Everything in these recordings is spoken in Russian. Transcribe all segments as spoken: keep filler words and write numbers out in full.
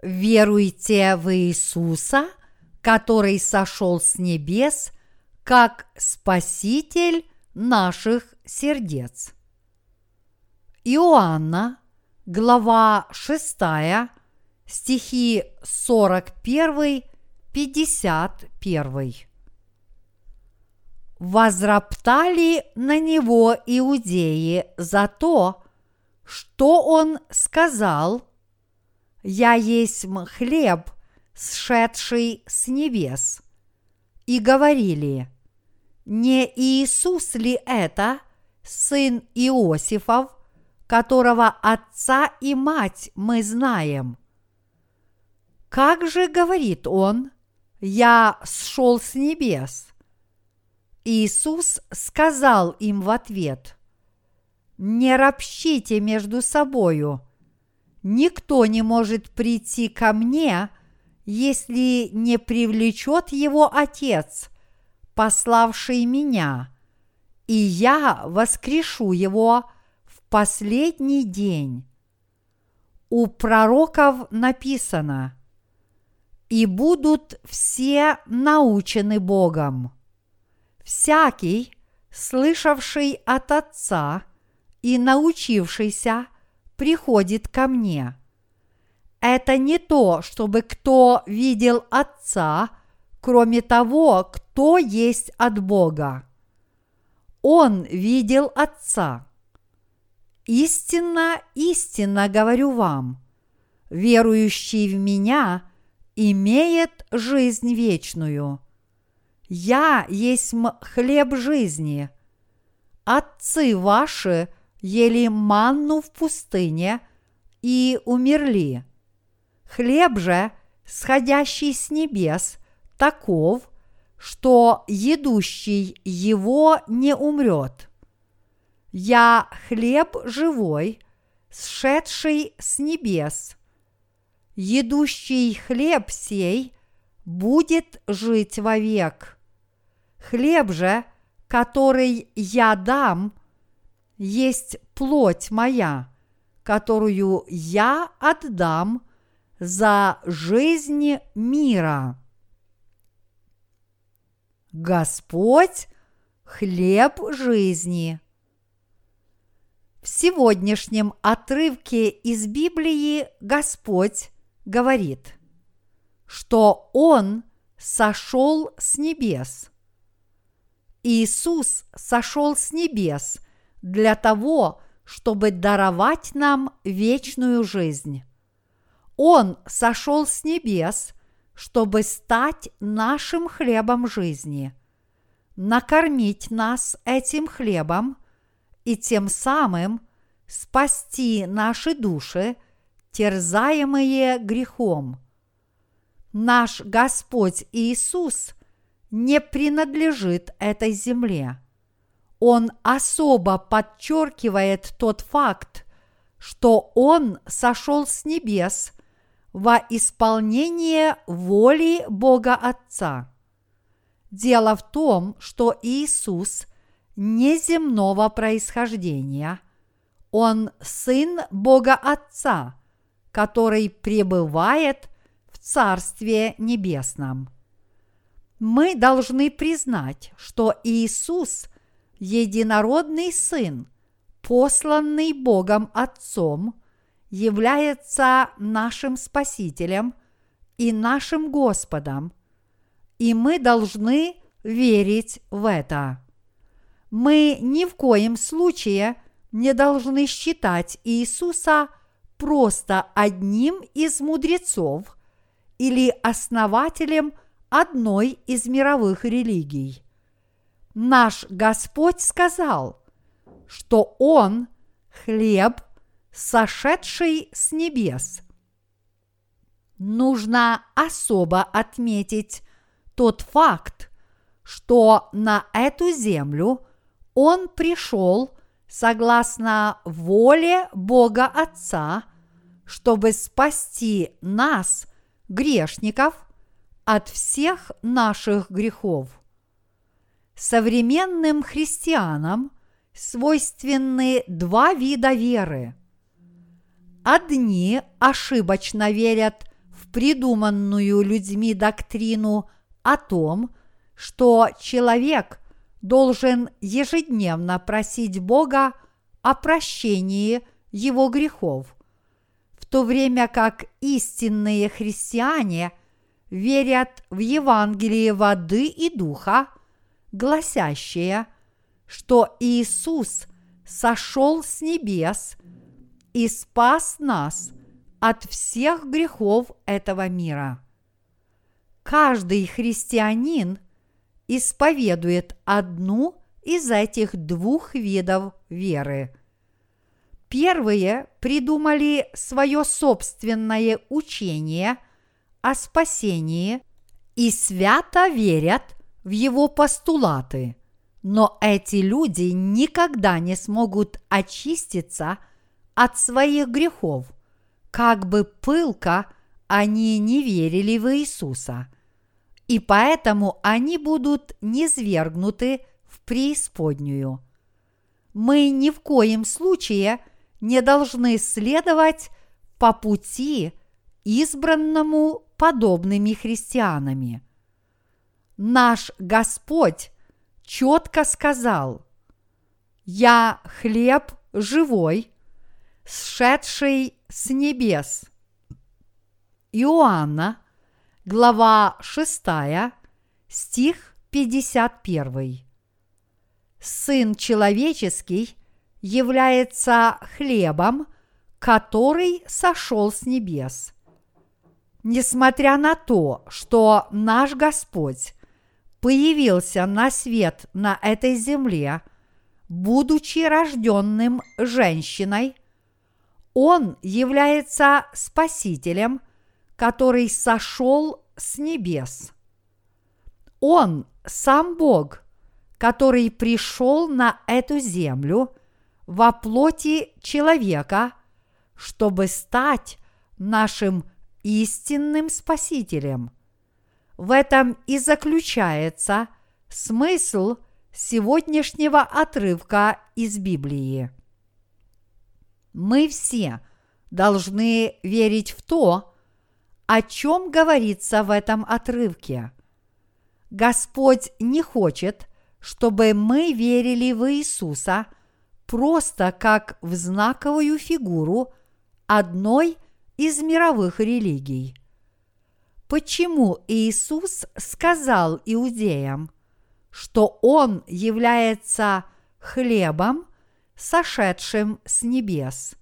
Веруйте в Иисуса, который сошел с небес, как Спаситель наших сердец. Иоанна, глава шестая, стихи сорок один - пятьдесят один. Возроптали на него иудеи за то, что он сказал: «Я есть хлеб, сшедший с небес», и говорили: «Не Иисус ли это, сын Иосифов, которого отца и мать мы знаем? Как же говорит он: я сшел с небес?» Иисус сказал им в ответ: «Не ропщите между собою. Никто не может прийти ко мне, если не привлечет его Отец, пославший меня, и я воскрешу его в последний день». У пророков написано: «И будут все научены Богом». Всякий, слышавший от Отца и научившийся, приходит ко мне. Это не то, чтобы кто видел Отца, кроме того, кто есть от Бога. Он видел Отца. Истинно, истинно говорю вам, верующий в Меня имеет жизнь вечную. Я есть хлеб жизни. Отцы ваши ели манну в пустыне и умерли. Хлеб же, сходящий с небес, таков, что едущий его не умрет. Я хлеб живой, сшедший с небес. Едущий хлеб сей будет жить вовек. Хлеб же, который я дам, есть плоть моя, которую я отдам за жизнь мира. Господь – хлеб жизни. В сегодняшнем отрывке из Библии Господь говорит, что Он сошел с небес. Иисус сошел с небес для того, чтобы даровать нам вечную жизнь. Он сошел с небес, чтобы стать нашим хлебом жизни, накормить нас этим хлебом и тем самым спасти наши души, терзаемые грехом. Наш Господь Иисус не принадлежит этой земле. Он особо подчеркивает тот факт, что Он сошел с небес во исполнение воли Бога Отца. Дело в том, что Иисус неземного происхождения. Он Сын Бога Отца, который пребывает в Царстве Небесном. Мы должны признать, что Иисус – единородный Сын, посланный Богом Отцом, является нашим Спасителем и нашим Господом, и мы должны верить в это. Мы ни в коем случае не должны считать Иисуса просто одним из мудрецов или основателем одной из мировых религий. Наш Господь сказал, что Он – хлеб, сошедший с небес. Нужно особо отметить тот факт, что на эту землю Он пришел согласно воле Бога Отца, чтобы спасти нас, грешников, от всех наших грехов. Современным христианам свойственны два вида веры. Одни ошибочно верят в придуманную людьми доктрину о том, что человек должен ежедневно просить Бога о прощении его грехов, в то время как истинные христиане верят в Евангелие воды и духа, гласящее, что Иисус сошел с небес и спас нас от всех грехов этого мира. Каждый христианин исповедует одну из этих двух видов веры. Первые придумали свое собственное учение о спасении и свято верят в его постулаты, но эти люди никогда не смогут очиститься от своих грехов, как бы пылко они не верили в Иисуса, и поэтому они будут низвергнуты в преисподнюю. Мы ни в коем случае не должны следовать по пути, избранному подобными христианами. Наш Господь четко сказал: «Я хлеб живой, сшедший с небес». Иоанна, глава шестая, стих пятьдесят один. Сын человеческий является хлебом, который сошел с небес. Несмотря на то, что наш Господь появился на свет на этой земле, будучи рожденным женщиной, Он является Спасителем, который сошел с небес. Он сам Бог, который пришел на эту землю во плоти человека, чтобы стать нашим истинным Спасителем. В этом и заключается смысл сегодняшнего отрывка из Библии. Мы все должны верить в то, о чем говорится в этом отрывке. Господь не хочет, чтобы мы верили в Иисуса просто как в знаковую фигуру одной из мировых религий. Почему Иисус сказал иудеям, что Он является хлебом, сошедшим с небес?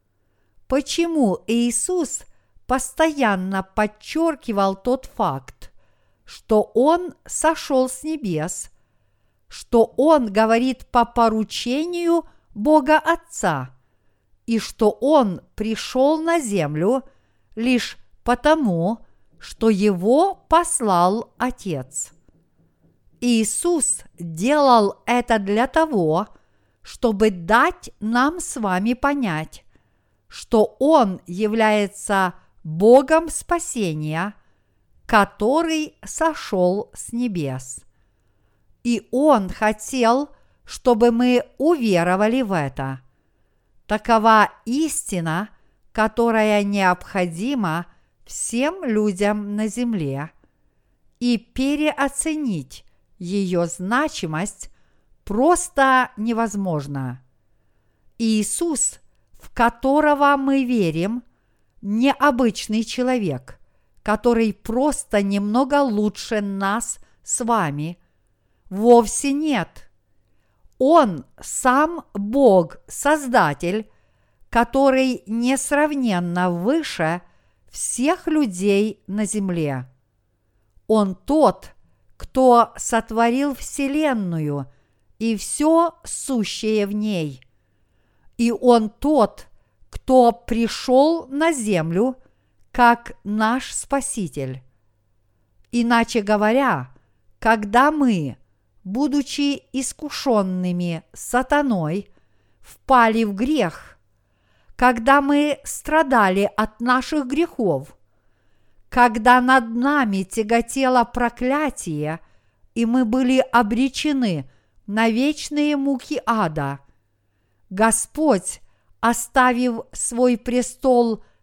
Почему Иисус постоянно подчеркивал тот факт, что Он сошел с небес, что Он говорит по поручению Бога Отца, и что Он пришел на землю лишь потому, что Его послал Отец? Иисус делал это для того, чтобы дать нам с вами понять, что Он является Богом спасения, который сошел с небес. И Он хотел, чтобы мы уверовали в это. Такова истина, которая необходима всем людям на земле, и переоценить ее значимость просто невозможно. Иисус, в которого мы верим, необычный человек, который просто немного лучше нас с вами. Вовсе нет. Он сам Бог-Создатель, который несравненно выше всех людей на земле. Он тот, кто сотворил Вселенную и все сущее в ней. И Он тот, кто пришел на землю как наш Спаситель. Иначе говоря, когда мы, будучи искушенными сатаной, впали в грех, когда мы страдали от наших грехов, когда над нами тяготело проклятие, и мы были обречены на вечные муки ада, Господь, оставив свой престол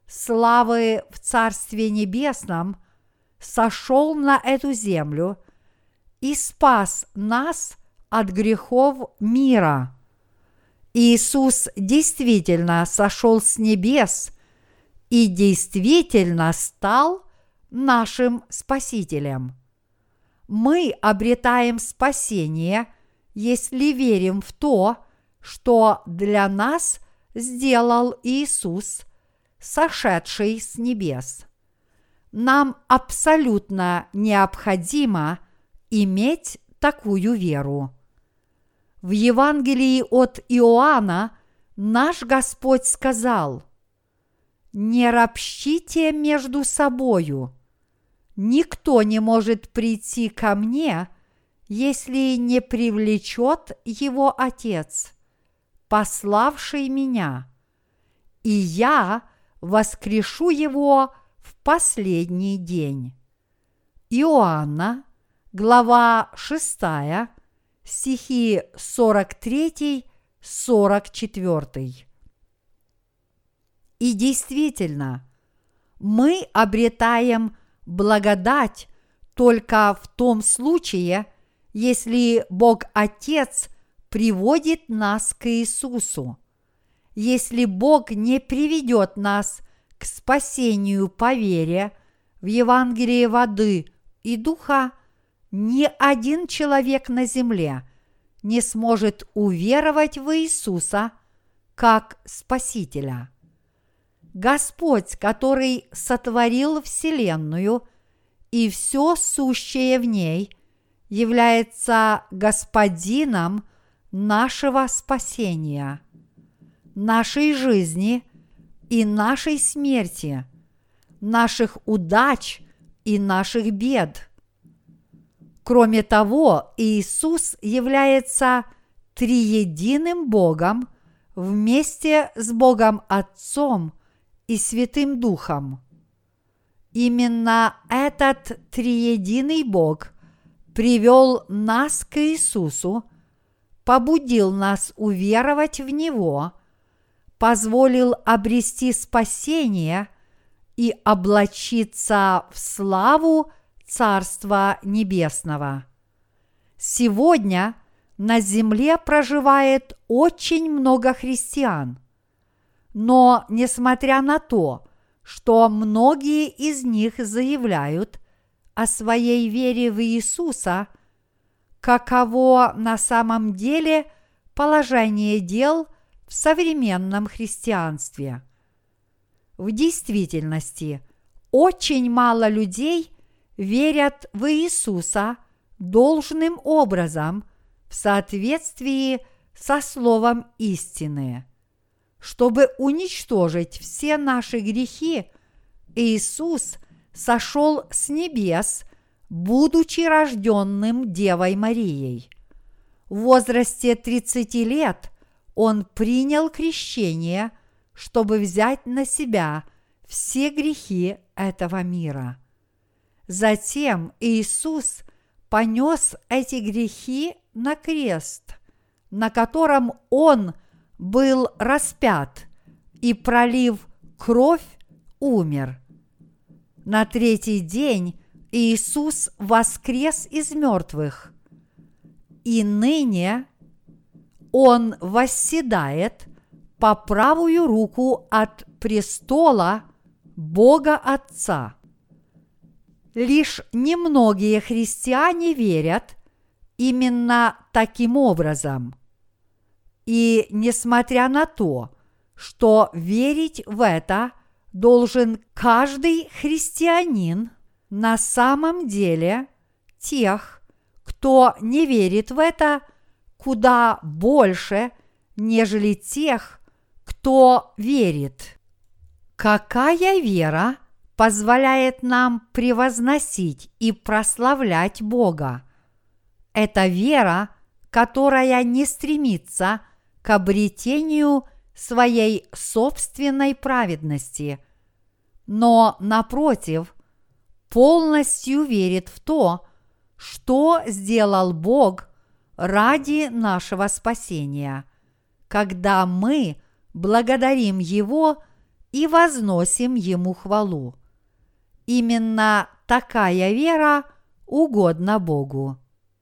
славы в Царстве Небесном сошел на эту землю и спас нас от грехов мира. Иисус действительно сошел с небес и действительно стал нашим Спасителем. Мы обретаем спасение, если верим в то, что для нас сделал Иисус, сошедший с небес. Нам абсолютно необходимо иметь такую веру. В Евангелии от Иоанна наш Господь сказал: «Не ропщите между собою. Никто не может прийти ко мне, если не привлечет его Отец, пославший меня, и я воскрешу его в последний день». Иоанна, глава шестая, стихи сорок три - сорок четыре. И действительно, мы обретаем благодать только в том случае, если Бог Отец приводит нас к Иисусу. Если Бог не приведет нас к спасению по вере в Евангелие воды и духа, ни один человек на земле не сможет уверовать в Иисуса как Спасителя. Господь, который сотворил вселенную и все сущее в ней, является Господином нашего спасения, нашей жизни и нашей смерти, наших удач и наших бед. Кроме того, Иисус является триединым Богом вместе с Богом Отцом и Святым Духом. Именно этот триединый Бог привел нас к Иисусу, побудил нас уверовать в Него, позволил обрести спасение и облачиться в славу Царства Небесного. Сегодня на земле проживает очень много христиан, но несмотря на то, что многие из них заявляют о своей вере в Иисуса, каково на самом деле положение дел в современном христианстве? В действительности, очень мало людей верят в Иисуса должным образом в соответствии со словом истины. Чтобы уничтожить все наши грехи, Иисус сошел с небес, будучи рожденным Девой Марией. В возрасте тридцати лет Он принял крещение, чтобы взять на себя все грехи этого мира. Затем Иисус понес эти грехи на крест, на котором Он был распят и, пролив кровь, умер. На третий день Иисус воскрес из мертвых, и ныне Он восседает по правую руку от престола Бога Отца. Лишь немногие христиане верят именно таким образом. И несмотря на то, что верить в это должен каждый христианин, на самом деле тех, кто не верит в это, куда больше, нежели тех, кто верит. Какая вера позволяет нам превозносить и прославлять Бога? Это вера, которая не стремится к обретению своей собственной праведности, но, напротив, полностью верит в то, что сделал Бог ради нашего спасения, когда мы благодарим Его и возносим Ему хвалу. Именно такая вера угодна Богу.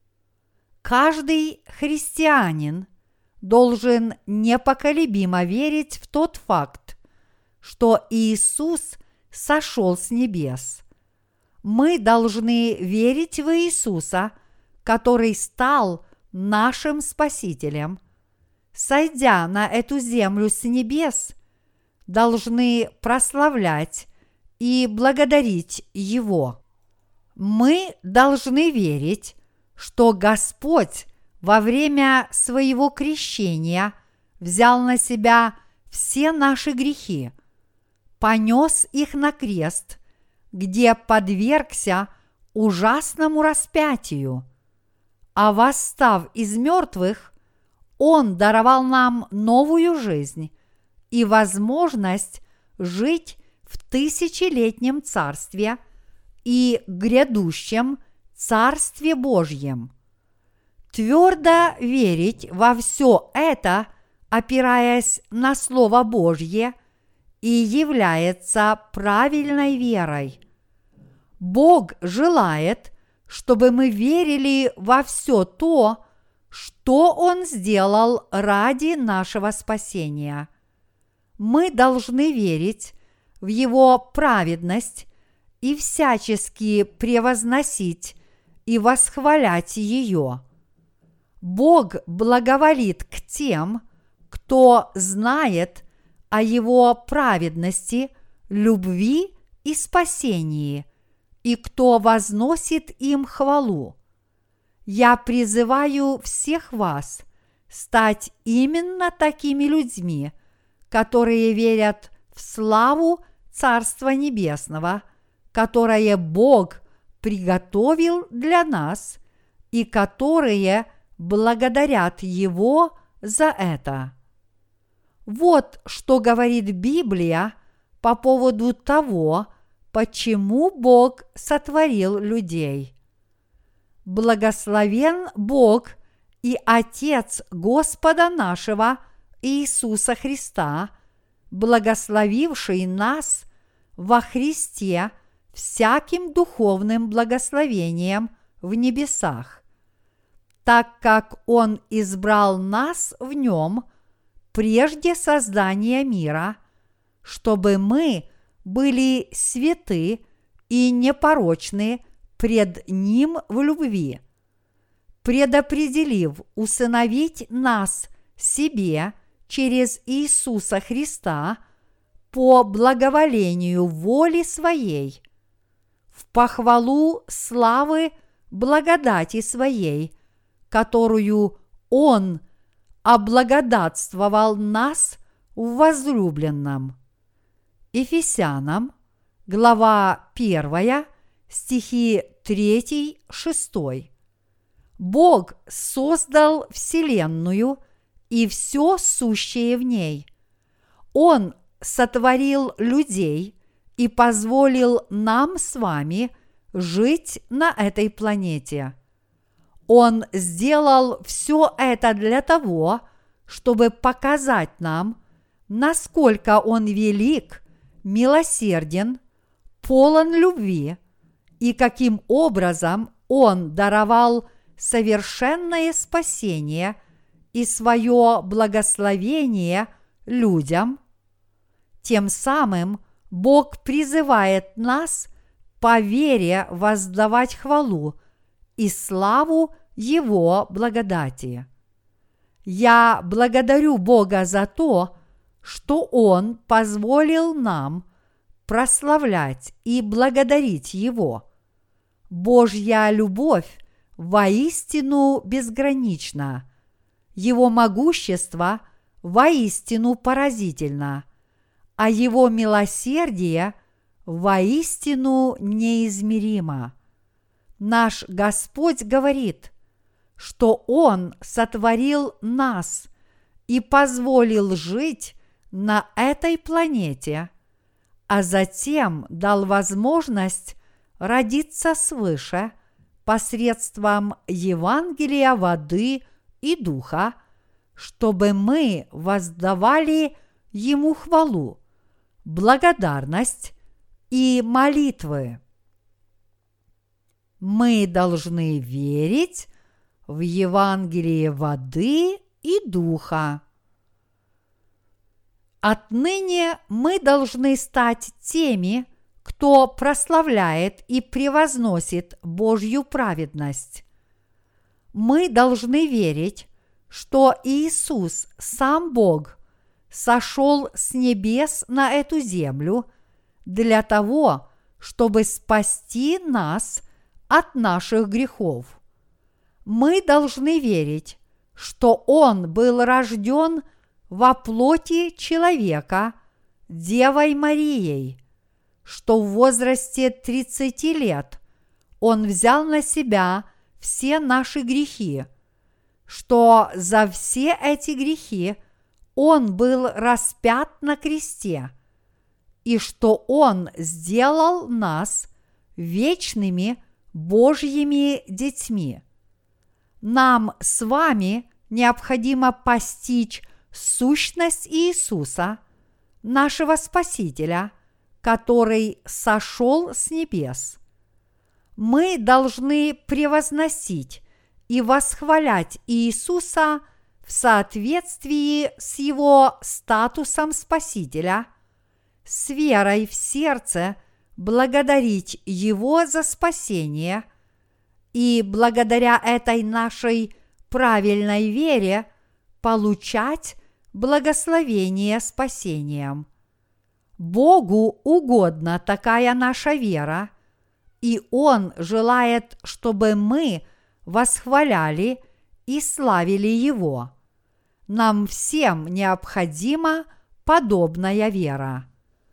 Каждый христианин должен непоколебимо верить в тот факт, что Иисус сошел с небес. Мы должны верить в Иисуса, который стал нашим Спасителем. Сойдя на эту землю с небес, должны прославлять и благодарить Его. Мы должны верить, что Господь во время своего крещения взял на себя все наши грехи, понес их на крест, где подвергся ужасному распятию, а восстав из мертвых, Он даровал нам новую жизнь и возможность жить в тысячелетнем царстве и грядущем Царстве Божьем. Твердо верить во все это, опираясь на Слово Божье, и является правильной верой. Бог желает, чтобы мы верили во все то, что Он сделал ради нашего спасения. Мы должны верить в Его праведность и всячески превозносить и восхвалять ее. Бог благоволит к тем, кто знает о Его праведности, любви и спасении, и кто возносит им хвалу. Я призываю всех вас стать именно такими людьми, которые верят в славу Царства Небесного, которое Бог приготовил для нас и которые благодарят Его за это. Вот что говорит Библия по поводу того, почему Бог сотворил людей. Благословен Бог и Отец Господа нашего Иисуса Христа, благословивший нас во Христе всяким духовным благословением в небесах, так как Он избрал нас в Нем прежде создания мира, чтобы мы были святы и непорочны пред Ним в любви, предопределив усыновить нас себе через Иисуса Христа по благоволению воли Своей, в похвалу славы благодати Своей, которую Он облагодатствовал нас в возлюбленном. Ефесянам, глава первая, стихи три-шесть. Бог создал вселенную и все сущее в ней. Он сотворил людей и позволил нам с вами жить на этой планете. Он сделал все это для того, чтобы показать нам, насколько Он велик, милосерден, полон любви и каким образом Он даровал совершенное спасение и свое благословение людям. Тем самым Бог призывает нас по вере воздавать хвалу и славу Его благодати. Я благодарю Бога за то, что Он позволил нам прославлять и благодарить Его. Божья любовь воистину безгранична, Его могущество воистину поразительно, а Его милосердие воистину неизмеримо. Наш Господь говорит, что Он сотворил нас и позволил жить на этой планете, а затем дал возможность родиться свыше посредством Евангелия воды и духа, чтобы мы воздавали Ему хвалу, благодарность и молитвы. Мы должны верить в Евангелие воды и духа. Отныне мы должны стать теми, кто прославляет и превозносит Божью праведность. Мы должны верить, что Иисус, сам Бог, сошел с небес на эту землю для того, чтобы спасти нас от наших грехов. Мы должны верить, что Он был рожден во плоти человека Девой Марией, что в возрасте тридцати лет Он взял на себя все наши грехи, что за все эти грехи Он был распят на кресте, и что Он сделал нас вечными Божьими детьми. Нам с вами необходимо постичь сущность Иисуса, нашего Спасителя, который сошел с небес. Мы должны превозносить и восхвалять Иисуса в соответствии с Его статусом Спасителя, с верой в сердце благодарить Его за спасение и благодаря этой нашей правильной вере получать благословение спасением. Богу угодна такая наша вера, и Он желает, чтобы мы восхваляли и славили Его. Нам всем необходима подобная вера.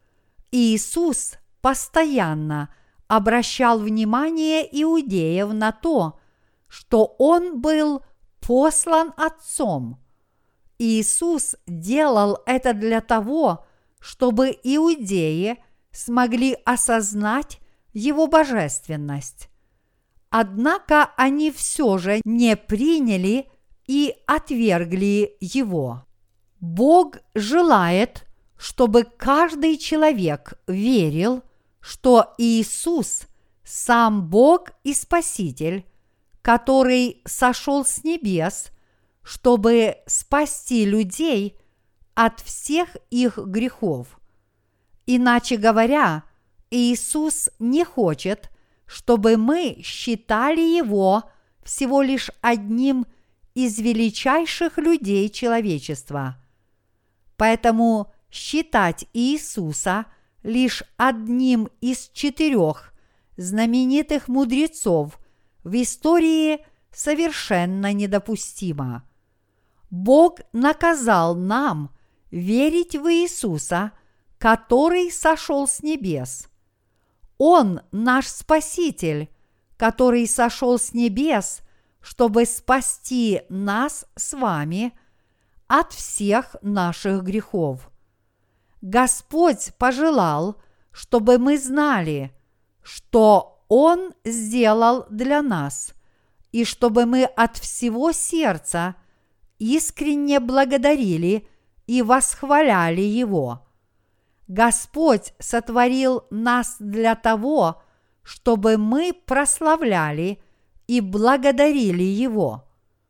Иисус постоянно обращал внимание иудеев на то, что Он был послан Отцом. Иисус делал это для того, чтобы иудеи смогли осознать Его божественность. Однако они все же не приняли и отвергли Его. Бог желает, чтобы каждый человек верил, что Иисус – сам Бог и Спаситель, который сошел с небес, чтобы спасти людей от всех их грехов. Иначе говоря, Иисус не хочет, чтобы мы считали Его всего лишь одним из величайших людей человечества. Поэтому считать Иисуса лишь одним из четырех знаменитых мудрецов в истории совершенно недопустимо. Бог наказал нам верить в Иисуса, который сошел с небес. Он наш Спаситель, который сошел с небес, чтобы спасти нас с вами от всех наших грехов. Господь пожелал, чтобы мы знали, что Он сделал для нас, и чтобы мы от всего сердца искренне благодарили и восхваляли Его. Господь сотворил нас для того, чтобы мы прославляли и благодарили Его.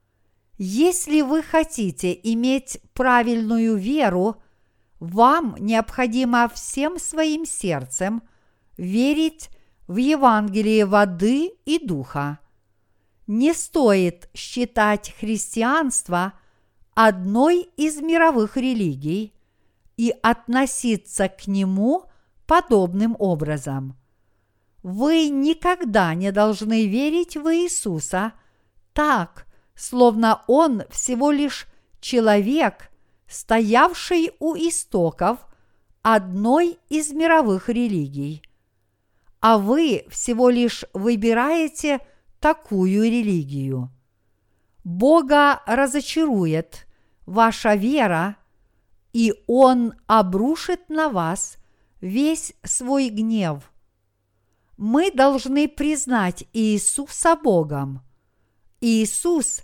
Если вы хотите иметь правильную веру, вам необходимо всем своим сердцем верить в Евангелие воды и духа. Не стоит считать христианство одной из мировых религий и относиться к нему подобным образом. Вы никогда не должны верить в Иисуса так, словно Он всего лишь человек, стоявший у истоков одной из мировых религий. А вы всего лишь выбираете такую религию. Бога разочарует ваша вера, и Он обрушит на вас весь свой гнев. Мы должны признать Иисуса Богом. Иисус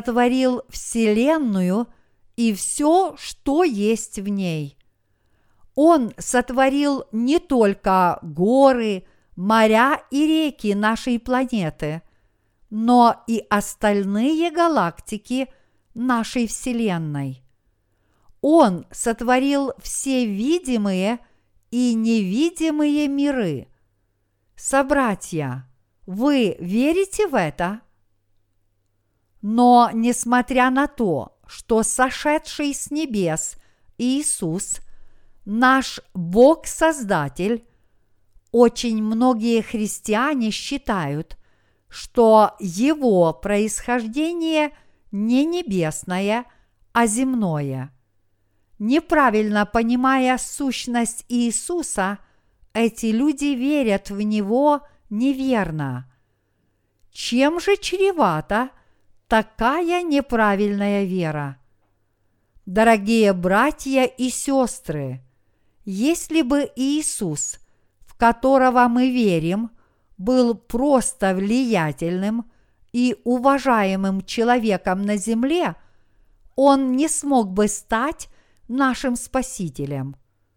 сотворил Вселенную и все, что есть в ней. Он сотворил не только горы, моря и реки нашей планеты, но и остальные галактики нашей Вселенной. Он сотворил все видимые и невидимые миры. Собратья, вы верите в это? Но несмотря на то, что сошедший с небес Иисус, наш Бог-Создатель, очень многие христиане считают, что его происхождение не небесное, а земное. Неправильно понимая сущность Иисуса, эти люди верят в Него неверно. Чем же чревата такая неправильная вера? Дорогие братья и сестры, если бы Иисус, в которого мы верим, был просто влиятельным и уважаемым человеком на земле, он не смог бы стать нашим Спасителем.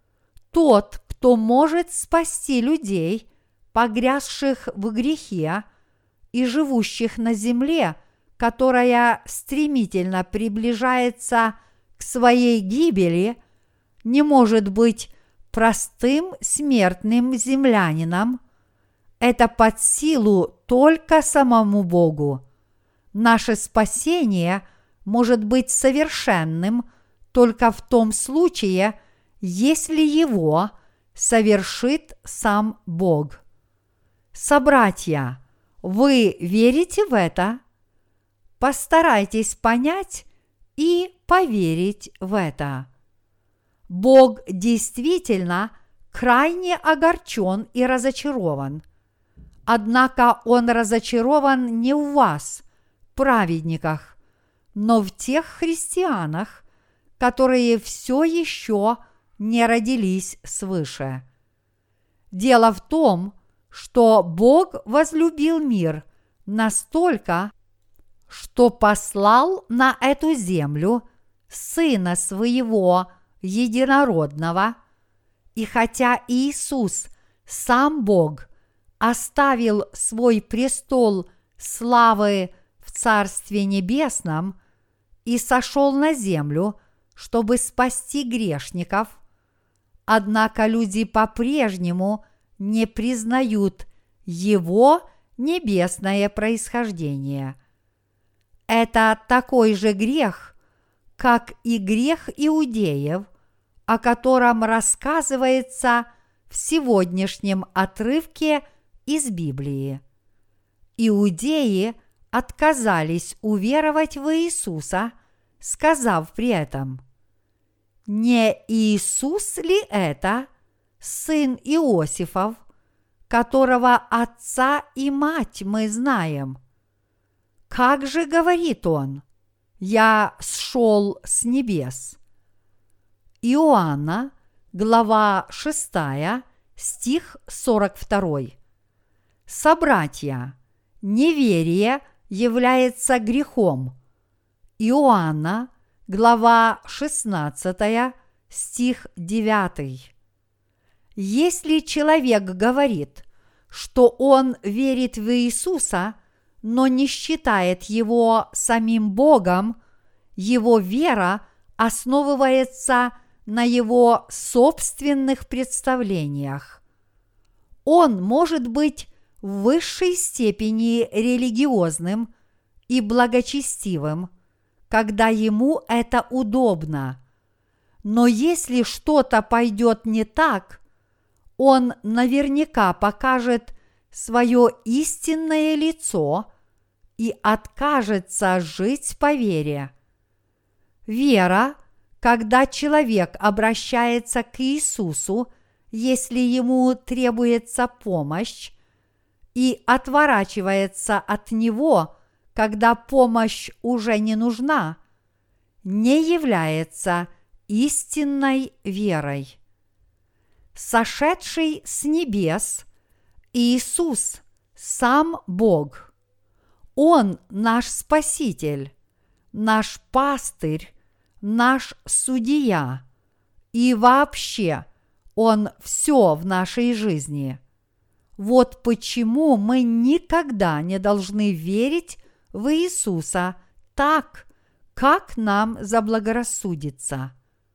Тот, кто может спасти людей, погрязших в грехе и живущих на земле, которая стремительно приближается к своей гибели, не может быть простым смертным землянином. Это под силу только самому Богу. Наше спасение может быть совершенным только в том случае, если его совершит сам Бог. Собратья, вы верите в это? Постарайтесь понять и поверить в это. Бог действительно крайне огорчен и разочарован. Однако Он разочарован не в вас, праведниках, но в тех христианах, которые все еще не родились свыше. Дело в том, что Бог возлюбил мир настолько, что послал на эту землю Сына Своего Единородного, и хотя Иисус, сам Бог, оставил свой престол славы в Царстве Небесном и сошел на землю, чтобы спасти грешников, однако люди по-прежнему не признают Его небесное происхождение. Это такой же грех, как и грех иудеев, о котором рассказывается в сегодняшнем отрывке из Библии. Иудеи отказались уверовать в Иисуса, сказав при этом: «Не Иисус ли это, сын Иосифов, которого отца и мать мы знаем? Как же говорит он: я сшел с небес?» Иоанна, глава шестая, стих сорок второй. Собратья, неверие является грехом. Иоанна, глава шестнадцатая, стих девятый. Если человек говорит, что он верит в Иисуса, но не считает его самим Богом, его вера основывается на его собственных представлениях. Он может быть в высшей степени религиозным и благочестивым, когда ему это удобно. Но если что-то пойдет не так, он наверняка покажет свое истинное лицо и откажется жить по вере. Вера, когда человек обращается к Иисусу, если ему требуется помощь, и отворачивается от Него, когда помощь уже не нужна, не является истинной верой. Сошедший с небес Иисус, сам Бог. Он наш Спаситель, наш пастырь, наш судья и вообще Он все в нашей жизни. Вот почему мы никогда не должны верить в Иисуса так, как нам заблагорассудится.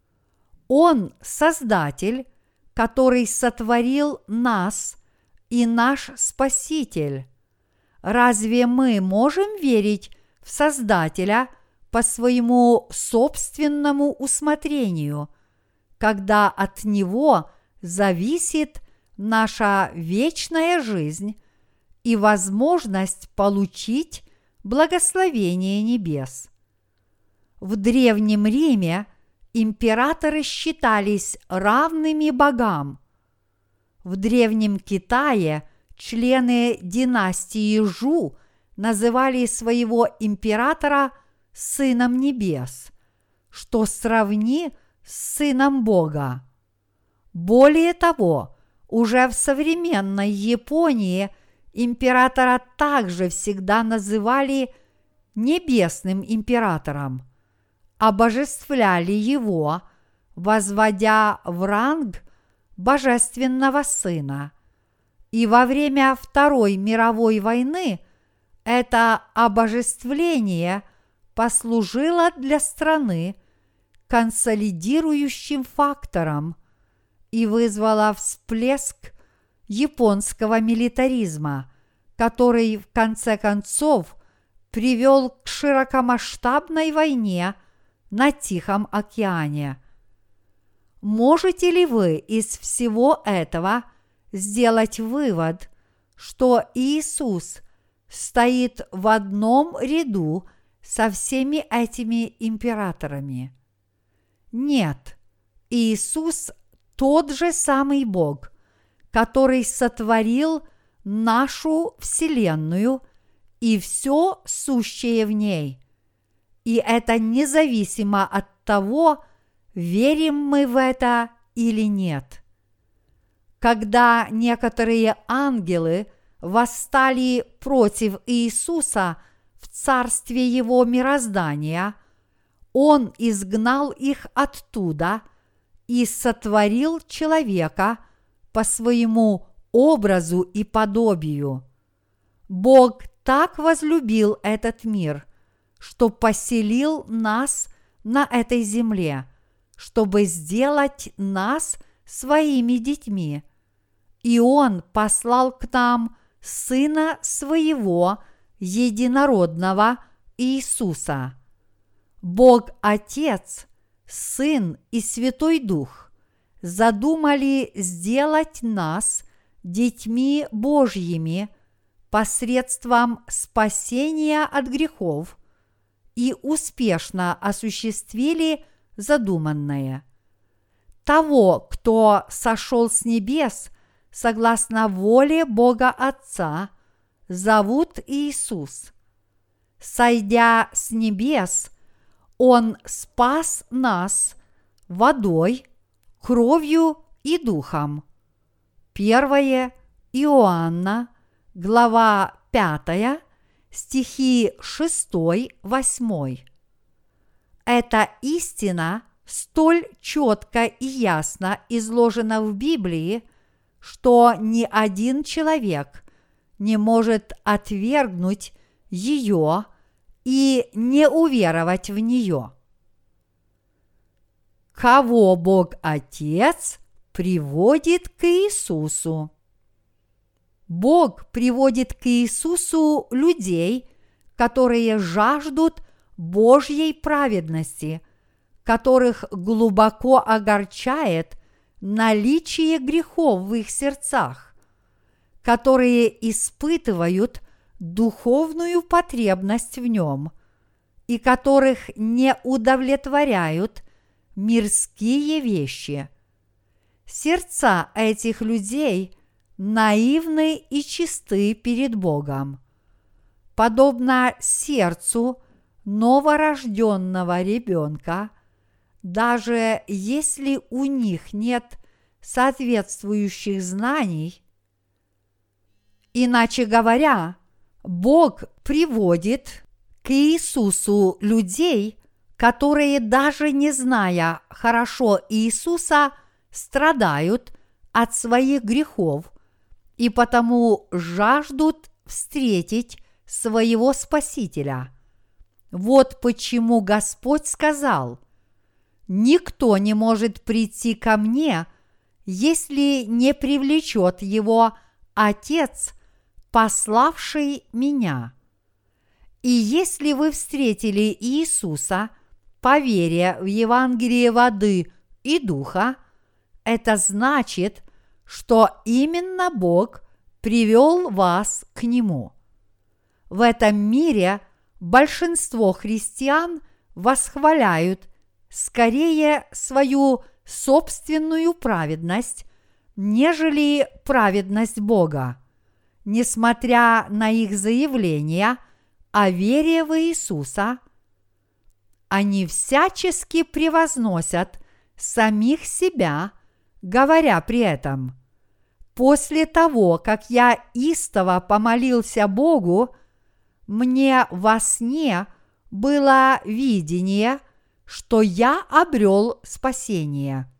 Он Создатель, который сотворил нас, и наш Спаситель. Разве мы можем верить в Создателя по своему собственному усмотрению, когда от Него зависит наша вечная жизнь и возможность получить благословение небес? В Древнем Риме императоры считались равными богам. В Древнем Китае члены династии Жу называли своего императора сыном небес, что сравни с сыном Бога. Более того, уже в современной Японии императора также всегда называли небесным императором, обожествляли его, возводя в ранг божественного сына. И во время Второй мировой войны это обожествление послужило для страны консолидирующим фактором и вызвало всплеск японского милитаризма, который в конце концов привел к широкомасштабной войне на Тихом океане. Можете ли вы из всего этого сделать вывод, что Иисус стоит в одном ряду со всеми этими императорами? Нет, Иисус тот же самый Бог, который сотворил нашу Вселенную и все сущее в ней. И это независимо от того, верим мы в это или нет. Когда некоторые ангелы восстали против Иисуса в царстве Его мироздания, Он изгнал их оттуда и сотворил человека по своему образу и подобию. Бог так возлюбил этот мир, что поселил нас на этой земле, чтобы сделать нас своими детьми. И Он послал к нам Сына Своего Единородного Иисуса. Бог Отец, Сын и Святой Дух задумали сделать нас детьми Божьими посредством спасения от грехов и успешно осуществили задуманное. Того, кто сошел с небес согласно воле Бога Отца, зовут Иисус. Сойдя с небес, Он спас нас водой, кровью и духом. Первое Иоанна, глава пятая, стихи шестой-восьмой. Эта истина столь четко и ясно изложена в Библии, что ни один человек не может отвергнуть ее и не уверовать в нее. Кого Бог Отец приводит к Иисусу? Бог приводит к Иисусу людей, которые жаждут Божьей праведности, которых глубоко огорчает наличие грехов в их сердцах, которые испытывают духовную потребность в нем и которых не удовлетворяют мирские вещи. Сердца этих людей наивны и чисты перед Богом. Подобно сердцу новорожденного ребенка, даже если у них нет соответствующих знаний. Иначе говоря, Бог приводит к Иисусу людей, которые, даже не зная хорошо Иисуса, страдают от своих грехов и потому жаждут встретить своего Спасителя. Вот почему Господь сказал: «Никто не может прийти ко мне, если не привлечет его Отец, пославший меня». И если вы встретили Иисуса по вере в Евангелие воды и духа, это значит, что именно Бог привел вас к Нему. В этом мире большинство христиан восхваляют скорее свою собственную праведность, нежели праведность Бога, несмотря на их заявления о вере в Иисуса. Они всячески превозносят самих себя, говоря при этом: «После того, как я истово помолился Богу, мне во сне было видение, что я обрел спасение.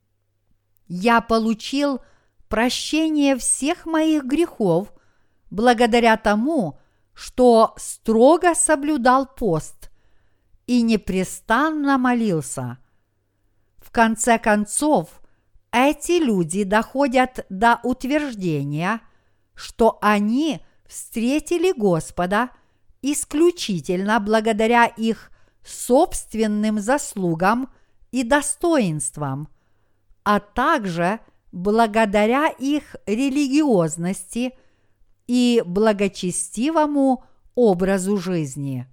Я получил прощение всех моих грехов благодаря тому, что строго соблюдал пост и непрестанно молился». В конце концов, эти люди доходят до утверждения, что они встретили Господа исключительно благодаря их собственным заслугам и достоинствам, а также благодаря их религиозности и благочестивому образу жизни.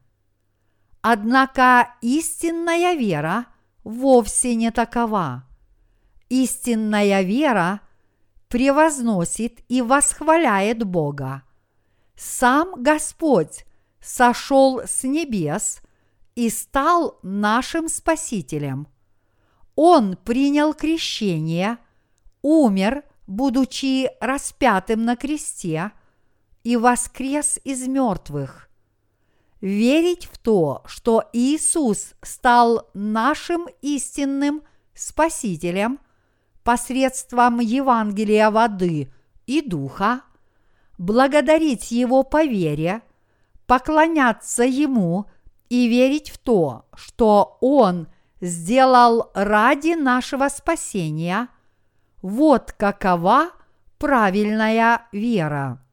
Однако истинная вера вовсе не такова. Истинная вера превозносит и восхваляет Бога. Сам Господь сошел с небес и стал нашим Спасителем. Он принял крещение, умер, будучи распятым на кресте, и воскрес из мертвых. Верить в то, что Иисус стал нашим истинным Спасителем посредством Евангелия воды и духа, благодарить Его по вере, поклоняться Ему и верить в то, что Он сделал ради нашего спасения, вот какова правильная вера.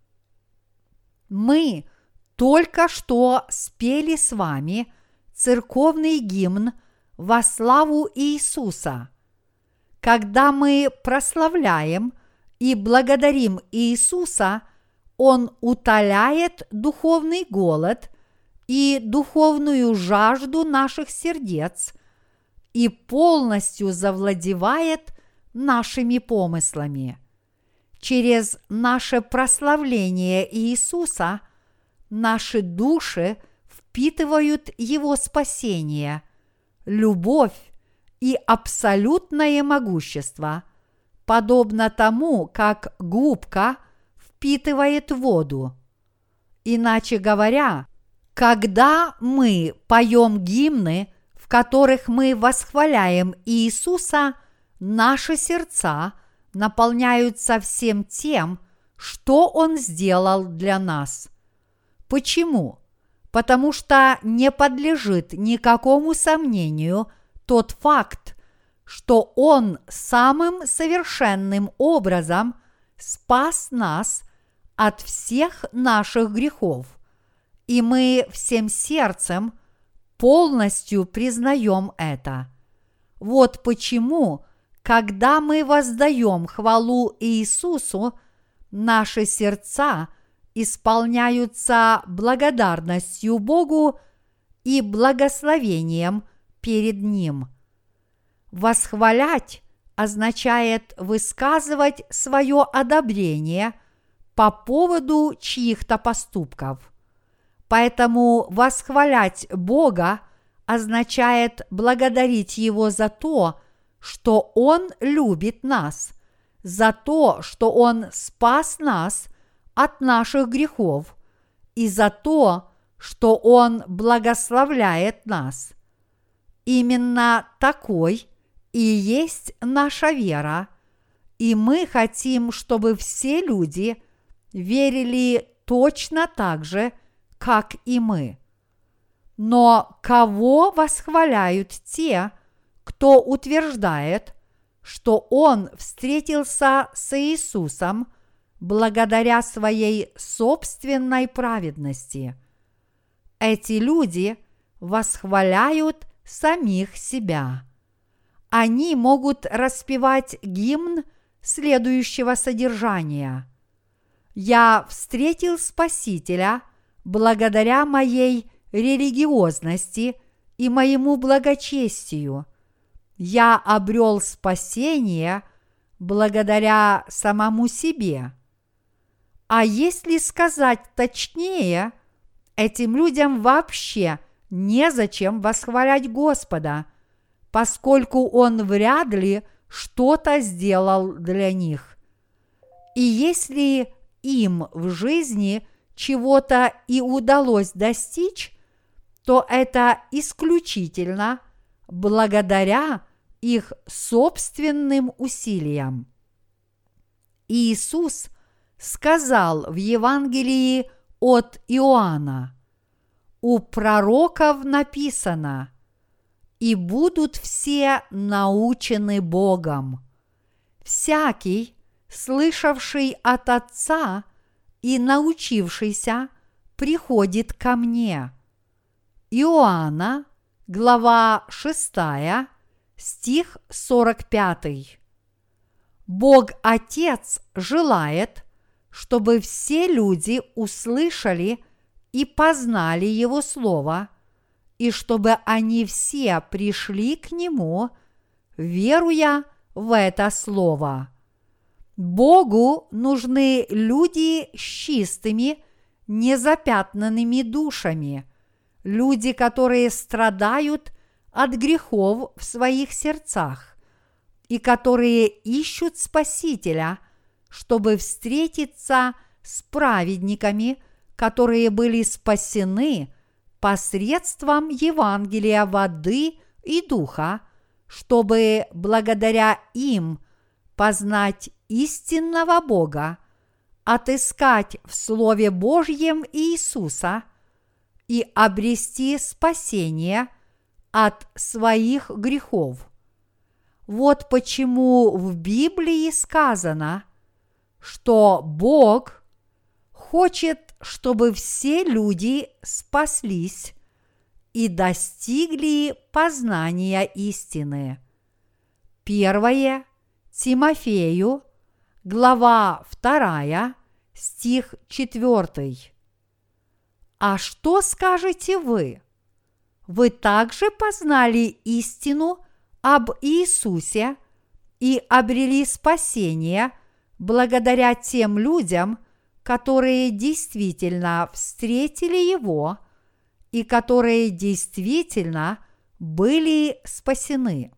Мы только что спели с вами церковный гимн во славу Иисуса. Когда мы прославляем и благодарим Иисуса, Он утоляет духовный голод и духовную жажду наших сердец и полностью завладевает нашими помыслами. Через наше прославление Иисуса наши души впитывают Его спасение, любовь и абсолютное могущество, подобно тому, как губка впитывает воду. Иначе говоря, когда мы поем гимны, в которых мы восхваляем Иисуса, наши сердца наполняются всем тем, что Он сделал для нас. Почему? Потому что не подлежит никакому сомнению тот факт, что Он самым совершенным образом спас нас от всех наших грехов, и мы всем сердцем полностью признаем это. Вот почему, когда мы воздаем хвалу Иисусу, наши сердца исполняются благодарностью Богу и благословением перед Ним. Восхвалять означает высказывать свое одобрение по поводу чьих-то поступков. Поэтому восхвалять Бога означает благодарить Его за то, что Он любит нас, за то, что Он спас нас от наших грехов, и за то, что Он благословляет нас. Именно такой и есть наша вера, и мы хотим, чтобы все люди верили точно так же, как и мы. Но кого восхваляют те, кто утверждает, что он встретился с Иисусом благодаря своей собственной праведности? Эти люди восхваляют самих себя. Они могут распевать гимн следующего содержания: «Я встретил Спасителя благодаря моей религиозности и моему благочестию. Я обрел спасение благодаря самому себе». А если сказать точнее, этим людям вообще незачем восхвалять Господа, поскольку Он вряд ли что-то сделал для них. И если им в жизни чего-то и удалось достичь, то это исключительно благодаря их собственным усилиям. Иисус сказал в Евангелии от Иоанна: «У пророков написано: и будут все научены Богом. Всякий, слышавший от Отца и научившийся, приходит ко мне». Иоанна, глава шестая, стих сорок пятый. Бог Отец желает, чтобы все люди услышали и познали Его Слово, и чтобы они все пришли к Нему, веруя в это Слово. Богу нужны люди с чистыми, незапятнанными душами, люди, которые страдают от грехов в своих сердцах и которые ищут Спасителя, чтобы встретиться с праведниками, которые были спасены посредством Евангелия воды и духа, чтобы благодаря им познать истинного Бога, отыскать в Слове Божьем Иисуса и обрести спасение от своих грехов. Вот почему в Библии сказано, что Бог хочет, чтобы все люди спаслись и достигли познания истины. Первое Тимофею, глава вторая, стих четвертый. А что скажете вы? Вы также познали истину об Иисусе и обрели спасение благодаря тем людям, которые действительно встретили Его и которые действительно были спасены.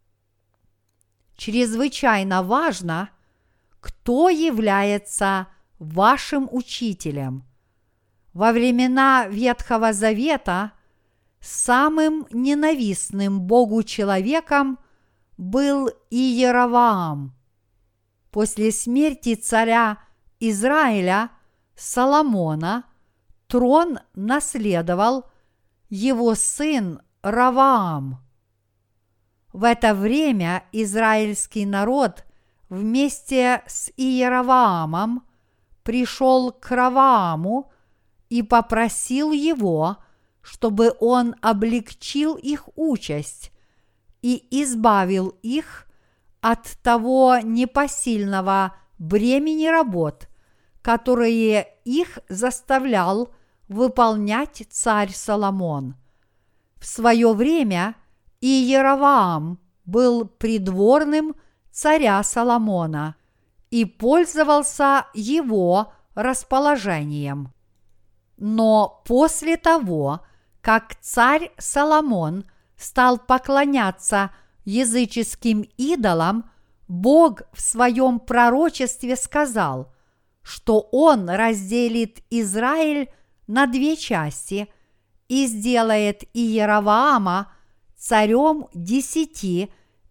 Чрезвычайно важно, кто является вашим учителем. Во времена Ветхого Завета самым ненавистным Богу человеком был Иеровоам. После смерти царя Израиля Соломона трон наследовал его сын Раваам. В это время израильский народ вместе с Иеровоамом пришел к Равааму и попросил его, чтобы он облегчил их участь и избавил их от того непосильного бремени работ, которые их заставлял выполнять царь Соломон. В свое время Иеровоам был придворным царя Соломона и пользовался его расположением. Но после того, как царь Соломон стал поклоняться языческим идолам, Бог в своем пророчестве сказал, что Он разделит Израиль на две части и сделает Иеровоама царем десяти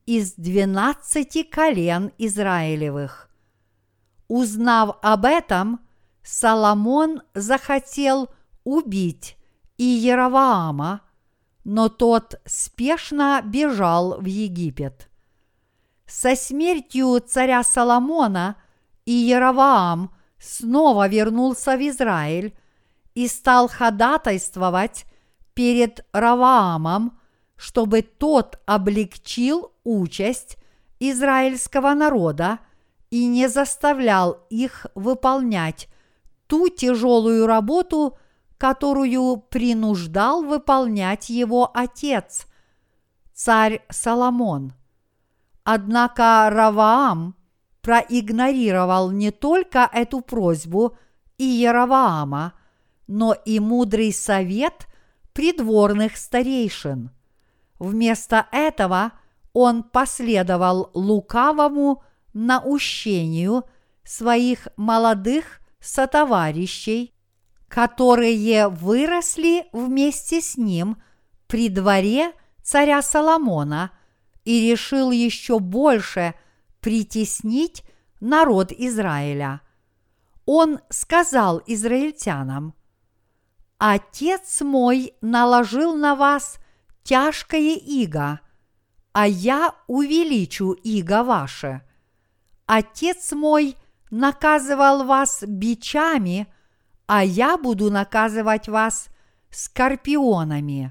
из двенадцати колен Израилевых. Узнав об этом, Соломон захотел убить Иеровоама, но тот спешно бежал в Египет. Со смертью царя Соломона Иеровоам снова вернулся в Израиль и стал ходатайствовать перед Ровоамом, чтобы тот облегчил участь израильского народа и не заставлял их выполнять ту тяжелую работу, которую принуждал выполнять его отец, царь Соломон. Однако Ровоам проигнорировал не только эту просьбу Иеровоама, но и мудрый совет придворных старейшин. Вместо этого он последовал лукавому наущению своих молодых сотоварищей, которые выросли вместе с ним при дворе царя Соломона, и решил еще больше притеснить народ Израиля. Он сказал израильтянам: «Отец мой наложил на вас тяжкое иго, а я увеличу иго ваше. Отец мой наказывал вас бичами, а я буду наказывать вас скорпионами».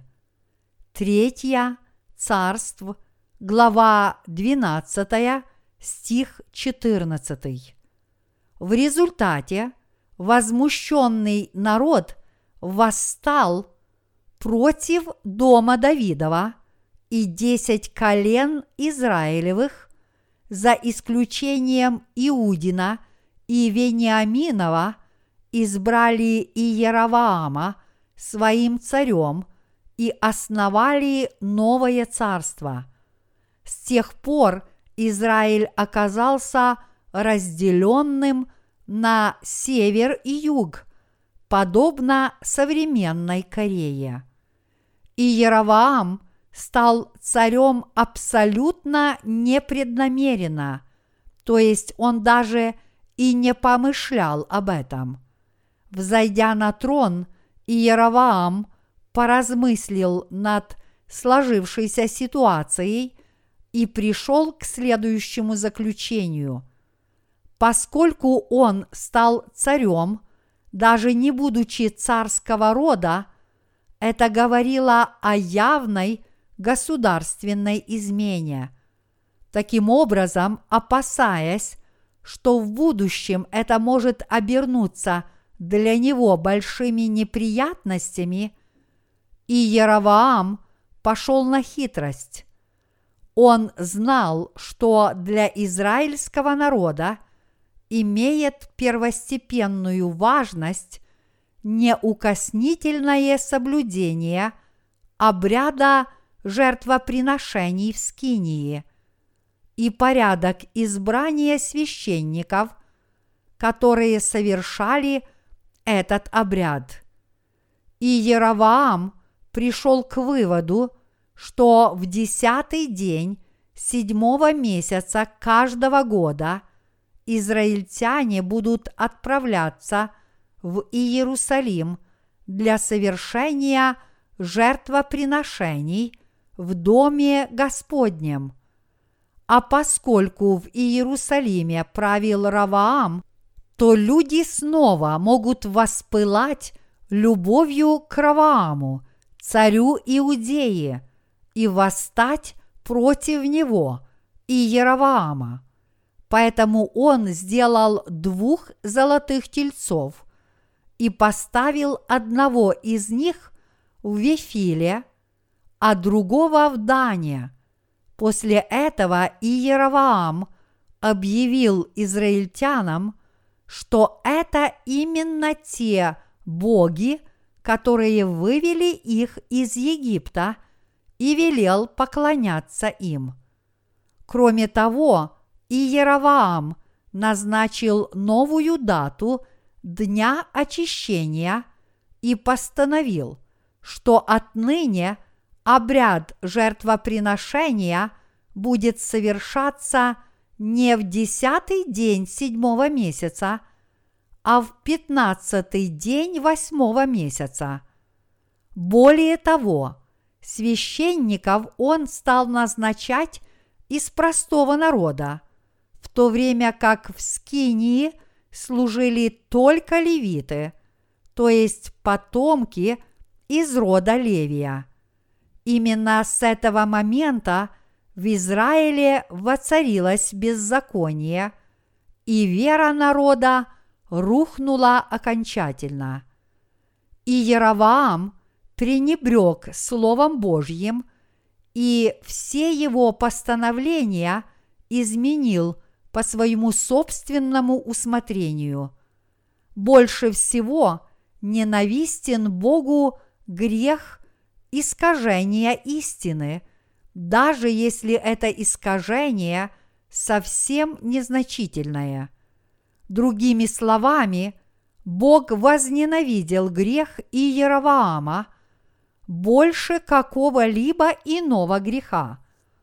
Третья Царств, глава двенадцатая, стих четырнадцатый. В результате возмущенный народ восстал против дома Давидова, и десять колен Израилевых, за исключением Иудина и Вениаминова, избрали Иеровоама своим царем и основали новое царство. С тех пор Израиль оказался разделенным на север и юг, подобно современной Корее. Иеровоам стал царем абсолютно непреднамеренно, то есть он даже и не помышлял об этом. Взойдя на трон, Иеровоам поразмыслил над сложившейся ситуацией и пришел к следующему заключению. Поскольку он стал царем, даже не будучи царского рода, это говорило о явной государственной измене. Таким образом, опасаясь, что в будущем это может обернуться для него большими неприятностями, Иеровоам пошел на хитрость. Он знал, что для израильского народа имеет первостепенную важность неукоснительное соблюдение обряда жертвоприношений в Скинии и порядок избрания священников, которые совершали этот обряд. Иеровоам пришел к выводу, что в десятый день седьмого месяца каждого года израильтяне будут отправляться в Иерусалим для совершения жертвоприношений в Доме Господнем. А поскольку в Иерусалиме правил Ровоам, то люди снова могут воспылать любовью к Ровоаму, царю Иудеи, и восстать против него, Иеровоама. Поэтому он сделал двух золотых тельцов и поставил одного из них в Вифиле, а другого в Дане. После этого Иеровоам объявил израильтянам, что это именно те боги, которые вывели их из Египта, и велел поклоняться им. Кроме того, Иеровоам назначил новую дату Дня очищения и постановил, что отныне обряд жертвоприношения будет совершаться не в десятый день седьмого месяца, а в пятнадцатый день восьмого месяца. Более того, священников он стал назначать из простого народа, в то время как в Скинии служили только левиты, то есть потомки из рода Левия. Именно с этого момента в Израиле воцарилось беззаконие, и вера народа рухнула окончательно. И Яровоам пренебрег Словом Божьим, и все его постановления изменил по своему собственному усмотрению. Больше всего ненавистен Богу грех искажения истины, даже если это искажение совсем незначительное. Другими словами, Бог возненавидел грех Иеровоама больше какого-либо иного греха.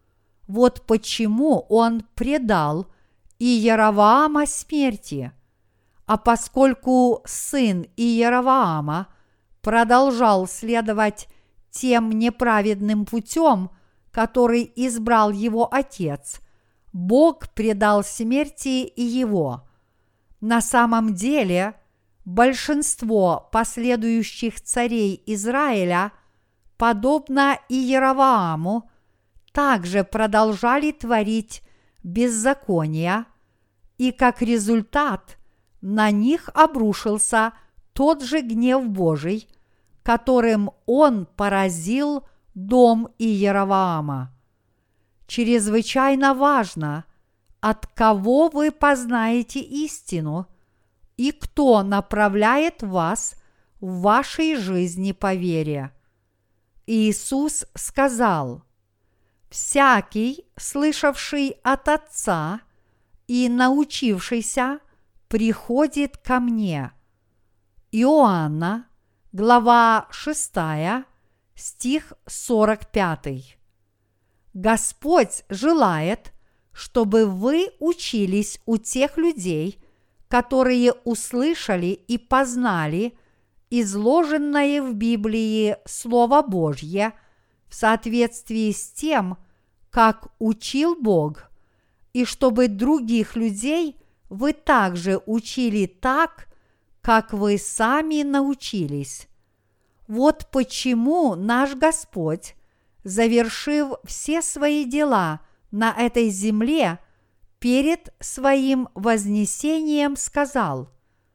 Вот почему он предал Иеровоама смерти. А поскольку сын Иеровоама продолжал следовать тем неправедным путем, который избрал его отец, Бог предал смерти и его. На самом деле, большинство последующих царей Израиля, подобно Иеровоаму, также продолжали творить беззакония, и как результат на них обрушился тот же гнев Божий, которым он поразил дом Иеровоама. Чрезвычайно важно, от кого вы познаете истину и кто направляет вас в вашей жизни по вере. Иисус сказал: «Всякий, слышавший от Отца и научившийся, приходит ко мне». Иоанна, глава шестая, стих сорок пятый. Господь желает, чтобы вы учились у тех людей, которые услышали и познали изложенное в Библии Слово Божье в соответствии с тем, как учил Бог, и чтобы других людей вы также учили так, как вы сами научились. Вот почему наш Господь, завершив все свои дела на этой земле, перед своим вознесением сказал: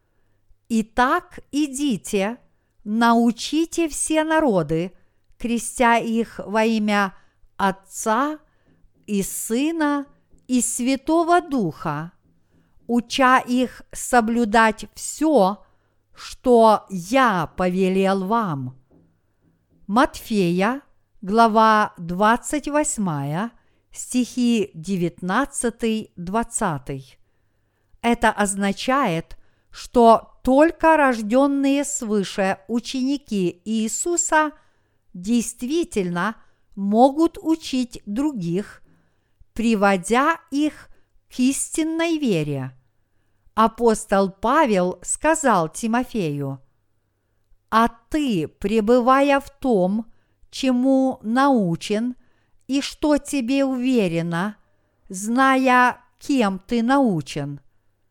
«Итак, идите, научите все народы, крестя их во имя Отца и Сына и Святого Духа, уча их соблюдать все, что я повелел вам». Матфея, глава двадцать восьмая, стихи девятнадцатый-двадцатый. Это означает, что только рожденные свыше ученики Иисуса действительно могут учить других, приводя их к истинной вере. Апостол Павел сказал Тимофею: «А ты, пребывая в том, чему научен и что тебе уверено, зная, кем ты научен».